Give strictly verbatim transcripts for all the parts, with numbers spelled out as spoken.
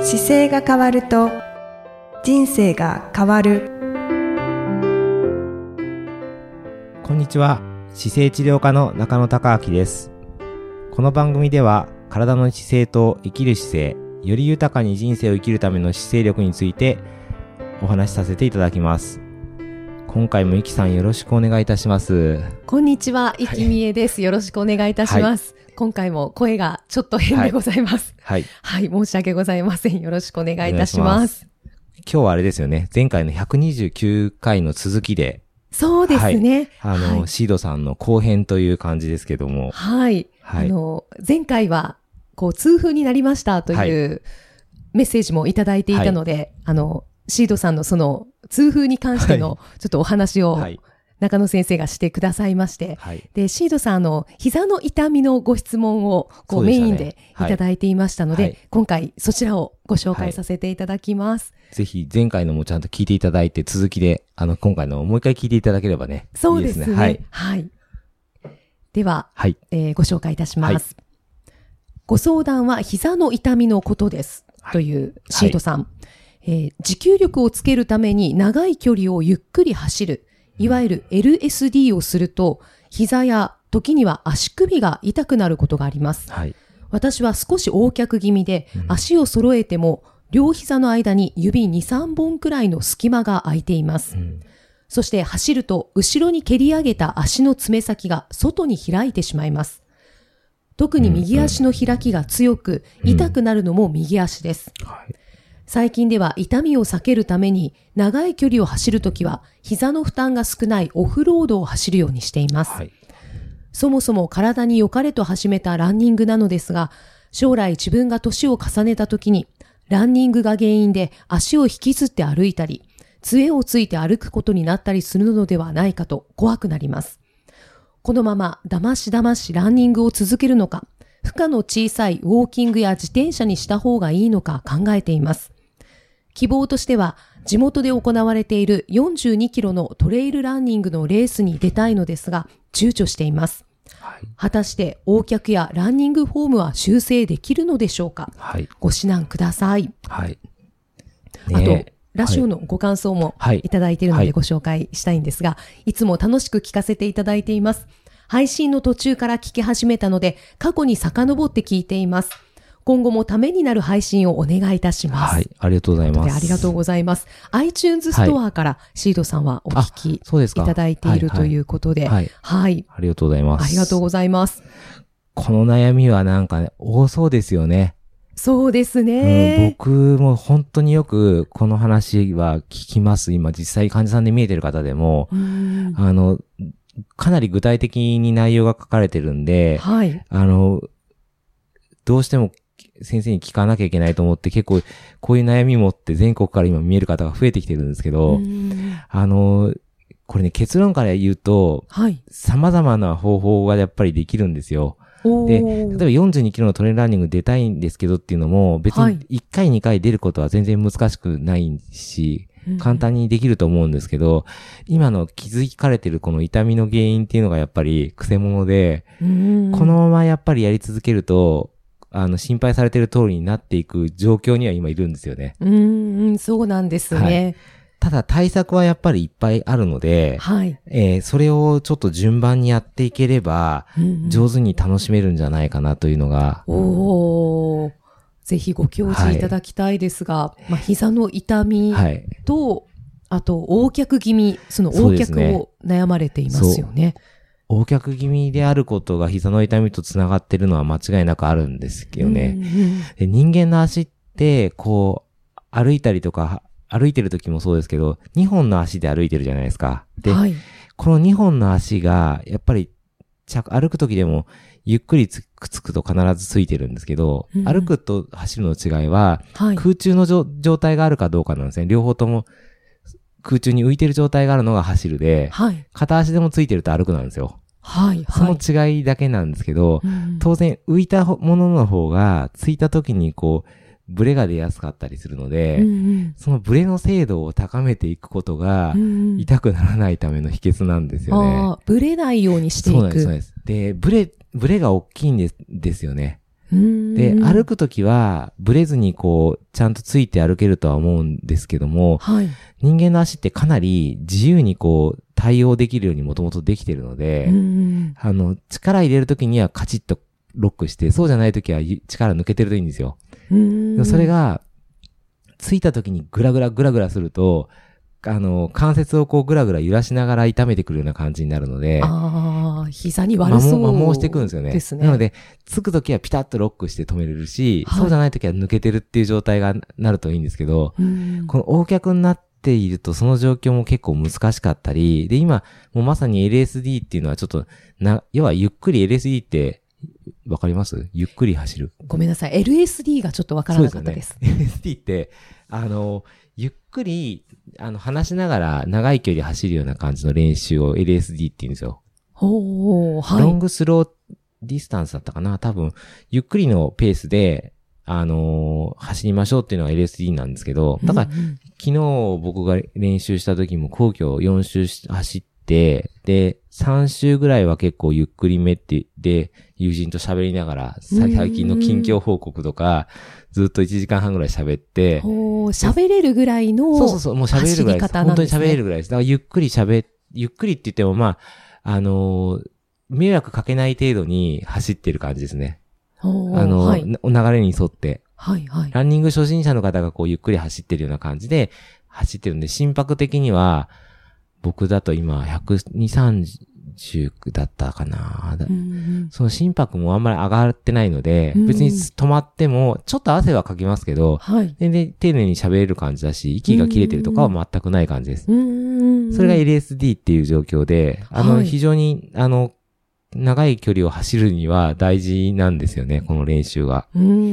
姿勢が変わると人生が変わる。 こんにちは。姿勢治療科の中野孝明です。この番組では体の姿勢と生きる姿勢、より豊かに人生を生きるための姿勢力についてお話しさせていただきます。今回もいきさんよろしくお願いいたします。 こんにちは、いきみえです。よろしくお願いいたします。はい、今回も声がちょっと変でございます。はい。はい、はい、申し訳ございません。よろしくお願いいたします。 今日はあれですよね。前回のひゃくにじゅうきゅうかいの続きで。 そうですね。 はい、あの、はい、シードさんの後編という感じですけども。 はい。はい、あの、前回は、こう、痛風になりましたというメッセージもいただいていたので、はい、あの、シードさんのその痛風に関してのちょっとお話を中野先生がしてくださいまして、はい、で、シードさんの膝の痛みのご質問をこうメインでいただいていましたので、はい、今回そちらをご紹介させていただきます。 はい、ぜひ前回のもちゃんと聞いていただいて続きで、あの、今回のもう一回聞いていただければね。 そうですね。 いいですね。はい。 はい。では、はい、えー、ご紹介いたします。はい、ご相談は膝の痛みのことです。はい、というシードさん。はい、えー、持久力をつけるために長い距離をゆっくり走る、いわゆる エルエスディー をすると、膝や時には足首が痛くなることがあります。はい、私は少し横脚気味で、うん、足を揃えても両膝の間に指に、さんぼんくらいの隙間が空いています。うん、そして走ると後ろに蹴り上げた足の爪先が外に開いてしまいます。特に右足の開きが強く、うん、痛くなるのも右足です。はい、最近では痛みを避けるために長い距離を走るときは膝の負担が少ないオフロードを走るようにしています。はい、そもそも体に良かれと始めたランニングなのですが、将来自分が年を重ねたときにランニングが原因で足を引きずって歩いたり、杖をついて歩くことになったりするのではないかと怖くなります。このままだましだましランニングを続けるのか、負荷の小さいウォーキングや自転車にした方がいいのか考えています。希望としては、地元で行われているよんじゅうにキロのトレイルランニングのレースに出たいのですが、躊躇しています。はい、果たして横脚やランニングフォームは修正できるのでしょうか。はい、ご指南ください。はい、ね、あと、ラジオのご感想もいただいているのでご紹介したいんですが、はいはい、いつも楽しく聞かせていただいています。配信の途中から聞き始めたので、過去に遡って聞いています。今後もためになる配信をお願いいたします。 はい、ありがとうございます。 ありがとうございます。iTunes ストアからシードさんはお聞きいただいているということで、はい、はい。 ありがとうございます。 ありがとうございます。 この悩みはなんかね、多そうですよね。 そうですね、 うん。僕も本当によくこの話は聞きます。今実際患者さんで見えてる方でも、あの、かなり具体的に内容が書かれてるんで、はい、あの、どうしても先生に聞かなきゃいけないと思って結構こういう悩み持って全国から今見える方が増えてきてるんですけど、あの、これね結論から言うと、はい、様々な方法がやっぱりできるんですよ。で、例えばよんじゅうにキロのトレイルランニング出たいんですけどっていうのも別にいっかいにかい出ることは全然難しくないし、簡単にできると思うんですけど、今の気づかれてるこの痛みの原因っていうのがやっぱり癖者で、このままやっぱりやり続けると、あの、心配されてる通りになっていく状況には今いるんですよね。 うーん、そうなんですね。はい、 ただ対策はやっぱりいっぱいあるので、はい、えー、それをちょっと順番にやっていければ、上手に楽しめるんじゃないかなというのが。 うんうん、おー。ぜひご教示いただきたいですが、はい、まあ、膝の痛みと、はい、あと、横脚気味、その横脚を悩まれていますよね。 横脚気味であることが膝の痛みとつながってるのは間違いなくあるんですけどね。うんうん、で人間の足って、こう、歩いたりとか、歩いてる時もそうですけど、にほんの足で歩いてるじゃないですか。で、はい、このにほんの足が、やっぱり、歩く時でも、ゆっくりつくつくと必ずついてるんですけど、うん、歩くと走るの違いは、はい、空中の状態があるかどうかなんですね。両方とも空中に浮いてる状態があるのが走るで、はい、片足でもついてると歩くなんですよ。はい、その違いだけなんですけど、はい、当然浮いたものの方がついた時にこう、ブレが出やすかったりするので、うんうん、そのブレの精度を高めていくことが、痛くならないための秘訣なんですよね。 ああ、ブレないようにしていく。 そうなんです、そうです。で、ブレ、ブレが大きいんです、ですよね。 で、歩くときは、ブレずにこう、ちゃんとついて歩けるとは思うんですけども、はい、人間の足ってかなり自由にこう、対応できるようにもともとできているので、あの、力入れるときにはカチッとロックして、そうじゃないときは力抜けてるといいんですよ。それが、ついたときにグラグラグラグラすると、あの、関節をこうグラグラ揺らしながら痛めてくるような感じになるので、 ああ、膝に悪そうですね。 摩耗してくるんですよね。ですね。なので、つくときはピタッとロックして止めれるし、はい、そうじゃないときは抜けてるっていう状態がなるといいんですけど、この横脚になっているとその状況も結構難しかったり、で、今、もうまさに エルエスディー っていうのはちょっと、な、要はゆっくり エルエスディー って、わかります？ゆっくり走る。 ごめんなさい。エルエスディー がちょっとわからなかったです。 そうですよね。エルエスディー って、あの、ゆっくり、あの、話しながら長い距離走るような感じの練習を エルエスディー って言うんですよ。 ほー、はい。 ロングスローディスタンスだったかな？多分、ゆっくりのペースで、あのー、走りましょうっていうのが エルエスディー なんですけど、だから、うんうん、昨日僕が練習した時も皇居よん周走って、で、さん周ぐらいは結構ゆっくりめって、で、友人と喋りながら、最近の近況報告とか、ずっといちじかんはんぐらい喋って、 喋れるぐらいの、 そうそうそう、もう喋れるぐらいです。本当に喋れるぐらいです。だからゆっくり喋、ゆっくりって言っても、まあ、あのー、迷惑かけない程度に走ってる感じですね。あの、はい、流れに沿って。はいはい。ランニング初心者の方がこうゆっくり走ってるような感じで走ってるんで、心拍的には、僕だと今ひゃくにじゅう、さんじゅうだったかな、うんうん、その心拍もあんまり上がってないので、うんうん、別に止まっても、ちょっと汗はかきますけど、はい、全然丁寧に喋れる感じだし、息が切れてるとかは全くない感じです。うんうんうん、それが エルエスディー っていう状況で、あの、はい、非常に、あの、長い距離を走るには大事なんですよね、この練習が。うんうんうん、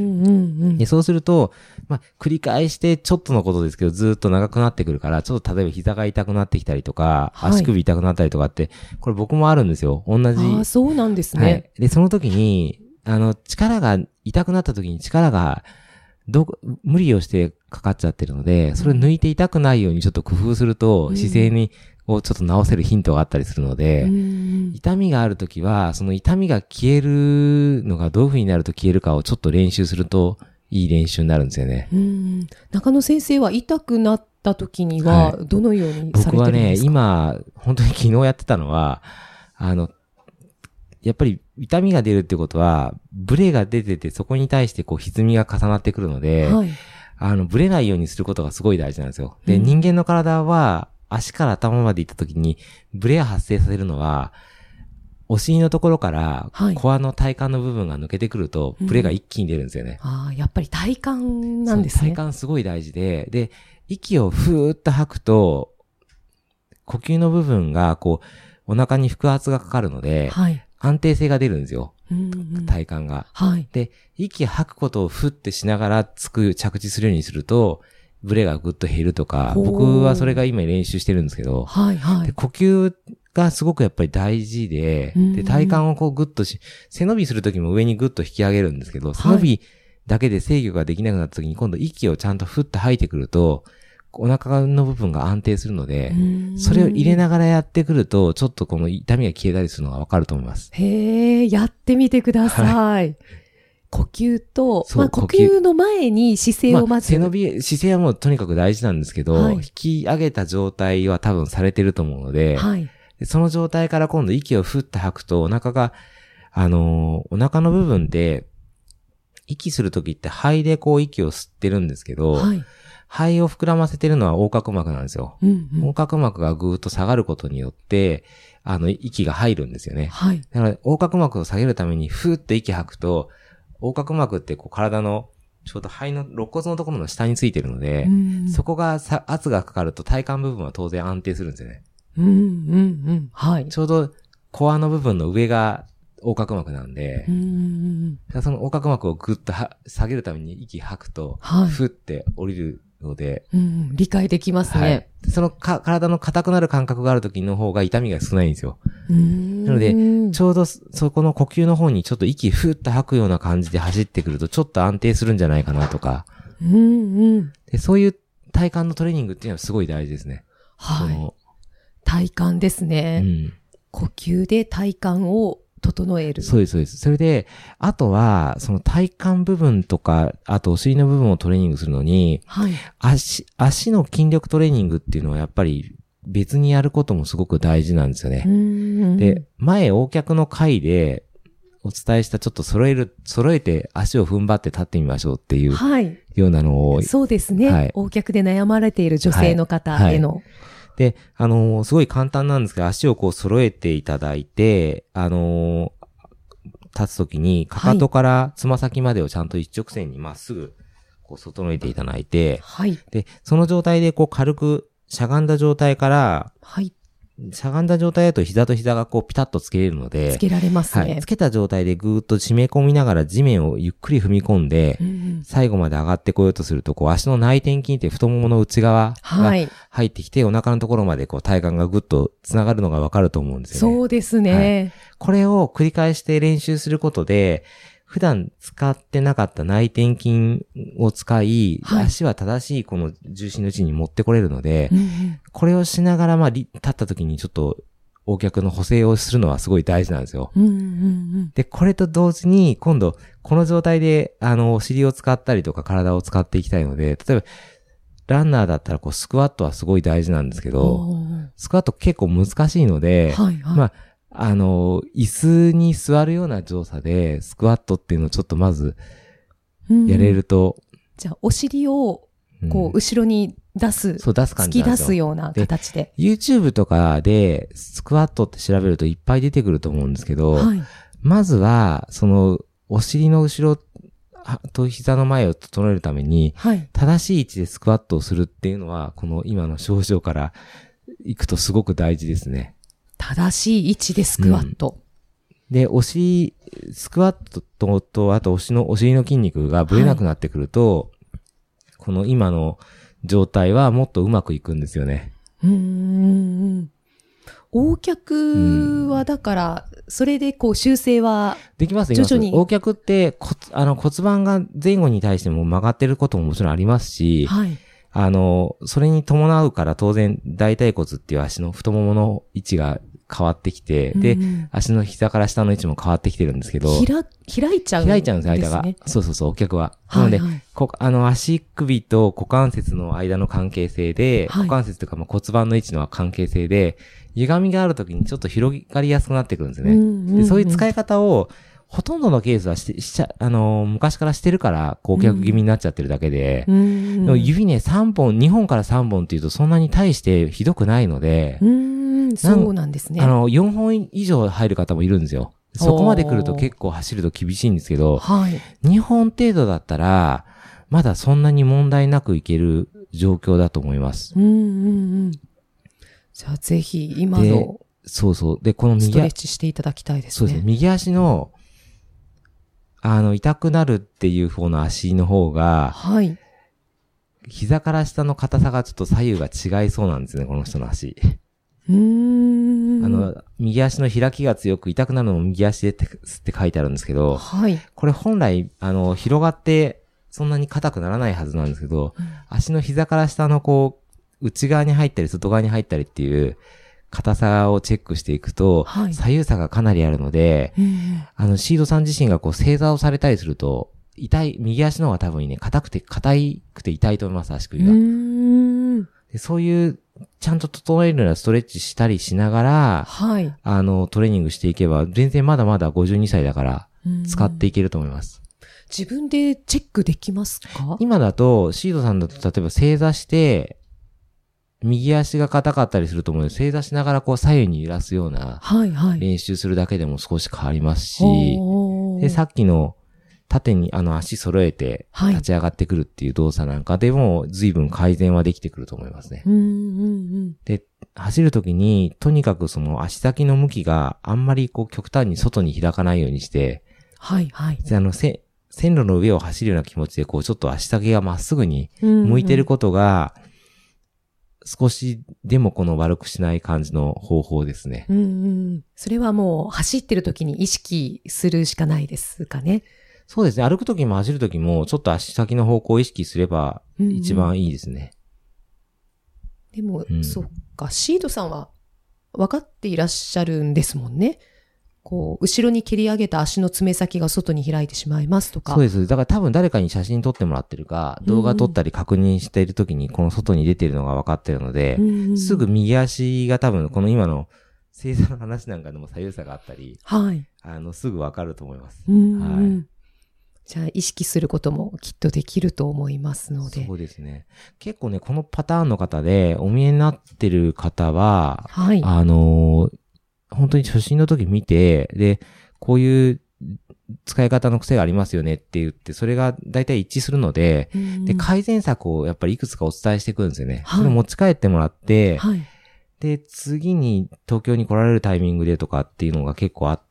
でそうすると、まあ、繰り返してちょっとのことですけど、ずっと長くなってくるから、ちょっと例えば膝が痛くなってきたりとか、はい、足首痛くなったりとかって、これ僕もあるんですよ。同じ。 ああ、そうなんですね。はい。 で、その時に、あの、力が、痛くなった時に力が、ど、無理をしてかかっちゃってるので、それを抜いて痛くないようにちょっと工夫すると、うん、姿勢に、をちょっと直せるヒントがあったりするので、痛みがあるときは、その痛みが消えるのがどういう風になると消えるかをちょっと練習するといい練習になるんですよね。 うん中野先生は痛くなったときにはどのようにされてるんですか？ 僕はね、今、本当に昨日やってたのは、あの、やっぱり痛みが出るってことは、ブレが出ててそこに対してこう歪みが重なってくるので、はい、あの、ブレないようにすることがすごい大事なんですよ。で、うん、人間の体は、足から頭まで行った時にブレを発生させるのは、お尻のところからコアの体幹の部分が抜けてくると、ブレが一気に出るんですよね。 うん、ああ、やっぱり体幹なんですね。 体幹すごい大事で、で、息をふーっと吐くと、呼吸の部分がこう、お腹に腹圧がかかるので、はい、安定性が出るんですよ。うんうん、体幹が。はい、で、息吐くことをふってしながらつく、着地するようにすると、ブレがぐっと減るとか、僕はそれが今練習してるんですけど、はいはい、で呼吸がすごくやっぱり大事で、で体幹をこうぐっとし、背伸びするときも上にぐっと引き上げるんですけど、背伸びだけで制御ができなくなったときに今度息をちゃんとふって吐いてくると、お腹の部分が安定するので、それを入れながらやってくると、ちょっとこの痛みが消えたりするのがわかると思います。 へー、やってみてください。はい呼吸と、まあ、呼吸の前に姿勢をまず、 まあ、背伸び、姿勢はもうとにかく大事なんですけど、はい、引き上げた状態は多分されてると思うので、はい、でその状態から今度息をふって吐くとお腹が、あのー、お腹の部分で、息するときって肺でこう息を吸ってるんですけど、はい、肺を膨らませてるのは横隔膜なんですよ。うんうん、横隔膜がぐーっと下がることによって、あの、息が入るんですよね。はい、だから横隔膜を下げるためにふーって息吐くと、横隔膜ってこう体のちょうど肺の肋骨のところの下についてるので、そこがさ圧がかかると体幹部分は当然安定するんですよね。うんうんうん。はい。ちょうどコアの部分の上が横隔膜なんで、うんその横隔膜をぐっと下げるために息吐くと、はい、ふって降りるので、 うん、理解できますね。はい、 そのか体の硬くなる感覚がある時の方が痛みが少ないんですよ。うんなので、ちょうどそこの呼吸の方にちょっと息ふーっと吐くような感じで走ってくるとちょっと安定するんじゃないかなとか、うんうん、でそういう体幹のトレーニングっていうのはすごい大事ですね。 はい。体幹ですね。うん、呼吸で体幹を整える。 そうです、そうです。それで、あとは、その体幹部分とか、あとお尻の部分をトレーニングするのに、はい、足、足の筋力トレーニングっていうのはやっぱり別にやることもすごく大事なんですよね。うんで、前、横脚の回でお伝えしたちょっと揃える、揃えて足を踏ん張って立ってみましょうっていう、はい、ようなのを。 そうですね。はい、横脚で悩まれている女性の方への。はいはいで、あのー、すごい簡単なんですけど、足をこう揃えていただいて、あのー、立つときに、かかとからつま先までをちゃんと一直線にまっすぐ、こう整えていただいて、はい。で、その状態でこう軽くしゃがんだ状態から、はい。しゃがんだ状態だと膝と膝がこうピタッとつけれるので、 つけられますね。 はい。つけた状態でぐーっと締め込みながら地面をゆっくり踏み込んで、うん、最後まで上がってこようとすると、こう足の内転筋って太ももの内側が入ってきて、はい、お腹のところまでこう体幹がぐっとつながるのがわかると思うんですよね。 そうですね、はい。 これを繰り返して練習することで、普段使ってなかった内転筋を使い、はい、足は正しいこの重心の位置に持ってこれるので、うんうん、これをしながらまあ立った時にちょっと横脚の補正をするのはすごい大事なんですよ。うんうんうん、で、これと同時に今度この状態であのお尻を使ったりとか体を使っていきたいので、例えばランナーだったらこうスクワットはすごい大事なんですけど、スクワット結構難しいので、はいはい、まああの、椅子に座るような動作で、スクワットっていうのをちょっとまず、やれると。 うん、じゃあ、お尻を、こう、後ろに出す。うん、そう、出す感じなんですよ。突き出すような形で。 で YouTube とかで、スクワットって調べるといっぱい出てくると思うんですけど、はい、まずは、その、お尻の後ろと膝の前を整えるために、はい、正しい位置でスクワットをするっていうのは、この今の症状からいくとすごく大事ですね。 正しい位置でスクワット。 うん、で、お尻、スクワットと、とあとお尻の、お尻の筋肉がぶれなくなってくると、はい、この今の状態はもっとうまくいくんですよね。うーん。 横脚はだから、それでこう修正はできます、できます。横脚って骨、あの骨盤が前後に対しても曲がってることももちろんありますし、はい。あの、それに伴うから当然大腿骨っていう足の太ももの位置が変わってきて、うん、で、足の膝から下の位置も変わってきてるんですけど。 ひら、開いちゃうんですね。 開いちゃうんです、間が。そうそうそう、横脚は。はいはい、なので、こあの、足首と股関節の間の関係性で、はい、股関節というかまあ骨盤の位置の関係性で、歪みがあるときにちょっと広がりやすくなってくるんですよね。うんうんうん、でそういう使い方を、ほとんどのケースはし、しちゃ、あのー、昔からしてるから、横脚気味になっちゃってるだけで、うん、でも指ね、さんぼん、にほんからさんぼんっていうとそんなに対してひどくないので、 うん、そうなんですね。 あの、よんほん以上入る方もいるんですよ。そこまで来ると結構走ると厳しいんですけど、はい、にほん程度だったら、まだそんなに問題なくいける状況だと思います。うんうんうん、 じゃあぜひ、今の、 そうそう。で、この右ストレッチしていただきたいですね。そうですね。 右足の、あの、痛くなるっていう方の足の方が、はい。膝から下の硬さがちょっと左右が違いそうなんですね、この人の足。うーん。あの、右足の開きが強く痛くなるのも右足でってって書いてあるんですけど、はい。これ本来、あの、広がってそんなに硬くならないはずなんですけど、うん、足の膝から下のこう、内側に入ったり外側に入ったりっていう、硬さをチェックしていくと、はい、左右差がかなりあるので、うん、あの、シードさん自身がこう正座をされたりすると、痛い、右足の方が多分ね、硬くて、硬くて痛いと思います、足首が。うーんでそういう、ちゃんと整えるようなストレッチしたりしながら、はい、あの、トレーニングしていけば、全然まだまだごじゅうにさいだから、使っていけると思います。 自分でチェックできますか？ 今だと、シードさんだと、例えば正座して、右足が硬かったりすると思うので、正座しながらこう左右に揺らすような練習するだけでも少し変わりますし、はいはい、で、さっきの縦にあの足揃えて立ち上がってくるっていう動作なんかでも随分改善はできてくると思いますね。うんうんうん、で、走るときにとにかくその足先の向きがあんまりこう極端に外に開かないようにして、はいはい、あのせ線路の上を走るような気持ちでこうちょっと足先がまっすぐに向いてることが、うんうん少しでもこの悪くしない感じの方法ですね。うんうん。 それはもう走ってる時に意識するしかないですかね。 そうですね。歩く時も走る時もちょっと足先の方向を意識すれば一番いいですね。 うんうん、でも、うん、そっか。シードさんは分かっていらっしゃるんですもんね。 こう、後ろに蹴り上げた足の爪先が外に開いてしまいますとか。 そうです。だから多分誰かに写真撮ってもらってるか、動画撮ったり確認しているときにこの外に出てるのが分かってるので、うんうん、すぐ右足が多分この今の星座の話なんかでも左右差があったり、はい。あの、すぐ分かると思います。うんうん、はい。 じゃあ意識することもきっとできると思いますので。 そうですね。結構ね、このパターンの方でお見えになってる方は、はい。あのー、本当に初心の時見て、で、こういう使い方の癖がありますよねって言って、それが大体一致するので、うん、で、改善策をやっぱりいくつかお伝えしていくんですよね。はい、それを持ち帰ってもらって、はい、で、次に東京に来られるタイミングでとかっていうのが結構あって、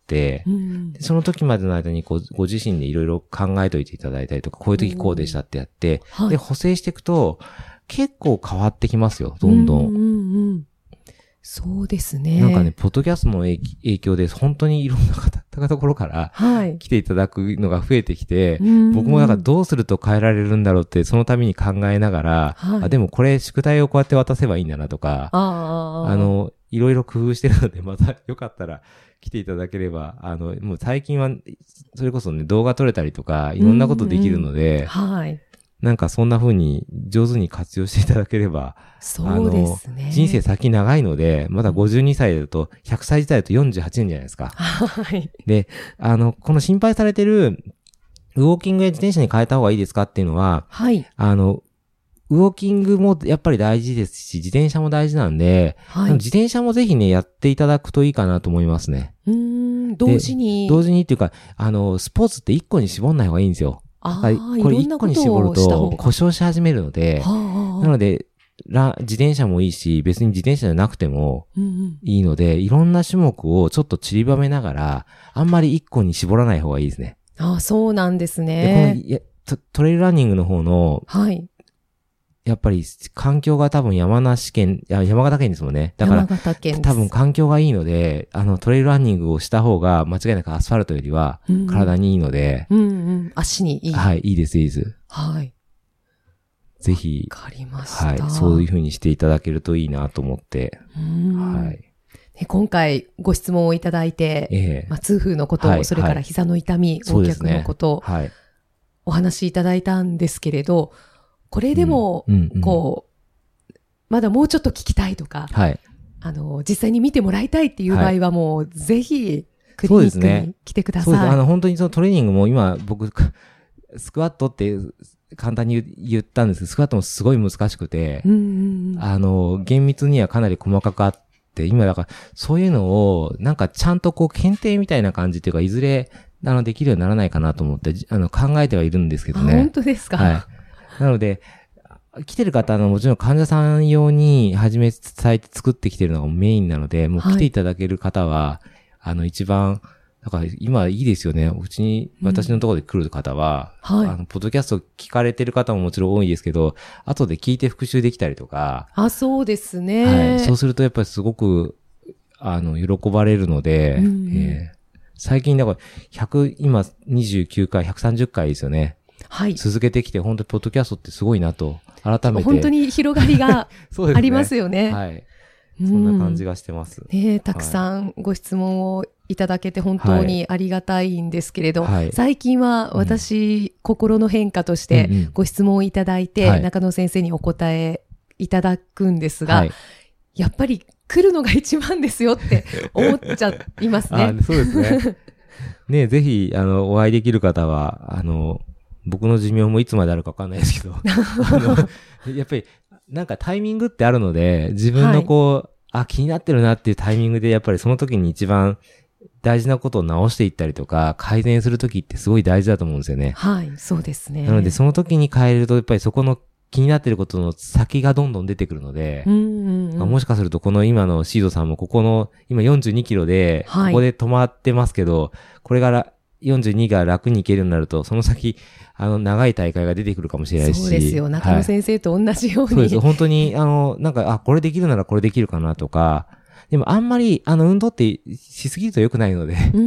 うん、でその時までの間にこうご自身でいろいろ考えといていただいたりとか、こういう時こうでしたってやって、うん、で、補正していくと、結構変わってきますよ、どんどん。うんうんうん、 そうですね。 なんかね、ポッドキャストの影響で本当にいろんな方、ところから来ていただくのが増えてきて、はい、僕もなんかどうすると変えられるんだろうってそのために考えながら、はい、あでもこれ宿題をこうやって渡せばいいんだなとか、あ, あの、いろいろ工夫してるのでまたよかったら来ていただければ、あの、もう最近はそれこそね、動画撮れたりとかいろんなことできるので、はい。なんかそんな風に上手に活用していただければ、 そうですね。 人生先長いので、まだごじゅうにさいだとひゃくさい時代だとよんじゅうはちねんじゃないですか。はい。で、あの、この心配されてるウォーキングや自転車に変えた方がいいですかっていうのは、はい。あの、ウォーキングもやっぱり大事ですし、自転車も大事なんで、はい。自転車もぜひね、やっていただくといいかなと思いますね。 うーん、同時に。 同時にっていうか、あの、スポーツっていっこに絞んない方がいいんですよ。ああ、これ一個に絞ると故障し始めるので、なので、ラ自転車もいいし、別に自転車じゃなくてもいいので、うんうん、いろんな種目をちょっと散りばめながら、あんまり一個に絞らない方がいいですね。 ああ、そうなんですね。 でこのやト、トレイルランニングの方の、はい。やっぱり環境が多分山梨県、いや山形県ですもんね。だから多分環境がいいので、あのトレイルランニングをした方が間違いなくアスファルトよりは体にいいので。 うんうんうん、足にいい。 はい、いいです、いいです。 はい。 ぜひ。 わかりました。 はい、そういう風にしていただけるといいなと思って。はい。 今回ご質問をいただいて、ええまあ、痛風のこと、はい、それから膝の痛み、横脚のこと、はい、お話しいただいたんですけれど、これでも、うんうんうん、こう、まだもうちょっと聞きたいとか、はい、あの、実際に見てもらいたいっていう場合はもう、はい、ぜひ、クリニックに来てください。そうですね。 あの、本当にそのトレーニングも今、僕、スクワットって簡単に言ったんですけど、スクワットもすごい難しくて、うんうんうん、あの、厳密にはかなり細かくあって、今だから、そういうのを、なんかちゃんとこう、検定みたいな感じっていうか、いずれ、あの、できるようにならないかなと思って、あの、考えてはいるんですけどね。 本当ですか？ はい。なので、来てる方のもちろん患者さん用に初め伝えて作ってきてるのがメインなので、もう来ていただける方は、はい、あの一番、だから今いいですよね。うちに、私のところで来る方は、うん、はい、あの、ポッドキャスト聞かれてる方ももちろん多いですけど、後で聞いて復習できたりとか。 あ、そうですね。 はい。そうするとやっぱりすごく、あの、喜ばれるので、うん、えー、最近だから、ひゃく、今にじゅうきゅうかい、ひゃくさんじゅっかいですよね。はい。続けてきて、本当にポッドキャストってすごいなと、改めて。 本当に広がりがありますよね。 ね、はい。そんな感じがしてます。 ね、たくさんご質問をいただけて本当にありがたいんですけれど、はい、最近は私、うん、心の変化としてご質問をいただいて、うんうん、中野先生にお答えいただくんですが、はい、やっぱり来るのが一番ですよって思っちゃいますね。 あ、そうですね。ね、ぜひ、あの、お会いできる方は、あの、僕の寿命もいつまであるかわかんないですけど、あのやっぱりなんかタイミングってあるので、自分のこう、はい、あ、気になってるなっていうタイミングで、やっぱりその時に一番大事なことを直していったりとか、改善する時ってすごい大事だと思うんですよね。 はい、そうですね。 なのでその時に変えると、やっぱりそこの気になってることの先がどんどん出てくるので、うんうんうん、もしかするとこの今のシードさんもここの、今よんじゅうにキロで、ここで止まってますけど、はい、これからよんじゅうにが楽に行けるようになると、その先、あの、長い大会が出てくるかもしれないし。 そうですよ。中野先生と同じように。はい、 そうです。本当に、あの、なんか、あ、これできるならこれできるかなとか、でもあんまり、あの、運動ってしすぎると良くないので、うんうん、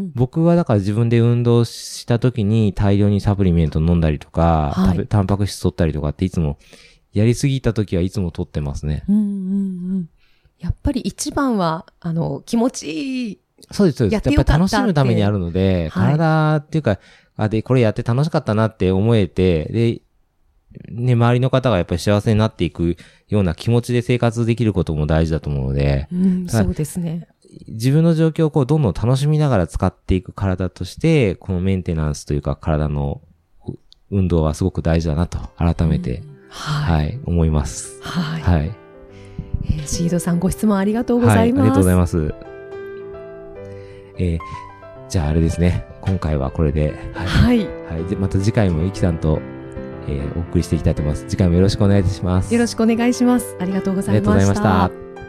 僕はだから自分で運動した時に大量にサプリメント飲んだりとか、はい、食べタンパク質取ったりとかっていつも、やりすぎた時はいつも取ってますね。 うんうんうん、やっぱり一番は、あの、気持ちいいそうです、そうです。やっぱり楽しむためにあるので、はい、体っていうか、あ、で、これやって楽しかったなって思えて、で、ね、周りの方がやっぱり幸せになっていくような気持ちで生活できることも大事だと思うので、 うん、そうですね。 自分の状況をこうどんどん楽しみながら使っていく体として、このメンテナンスというか体の運動はすごく大事だなと改めて、うん、はい、はい、思います。 はい。 はい。 えー、シードさんご質問ありがとうございます。 はい、ありがとうございます。えー、じゃああれですね。今回はこれで、 はい。 はい。はい、でまた次回もゆきさんと、えー、お送りしていきたいと思います。次回もよろしくお願いいたします。 よろしくお願いします。ありがとうございました。 ありがとうございました。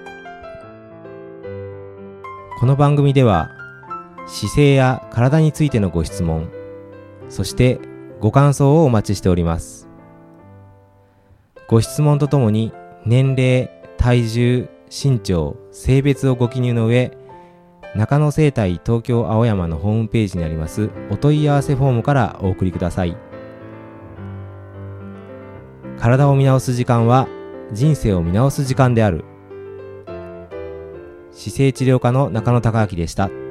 この番組では、姿勢や体についてのご質問、そしてご感想をお待ちしております。ご質問とともに、年齢、体重、身長、性別をご記入の上、中野生態東京青山のホームページにありますお問い合わせフォームからお送りください。体を見直す時間は人生を見直す時間である。姿勢治療科の中野孝明でした。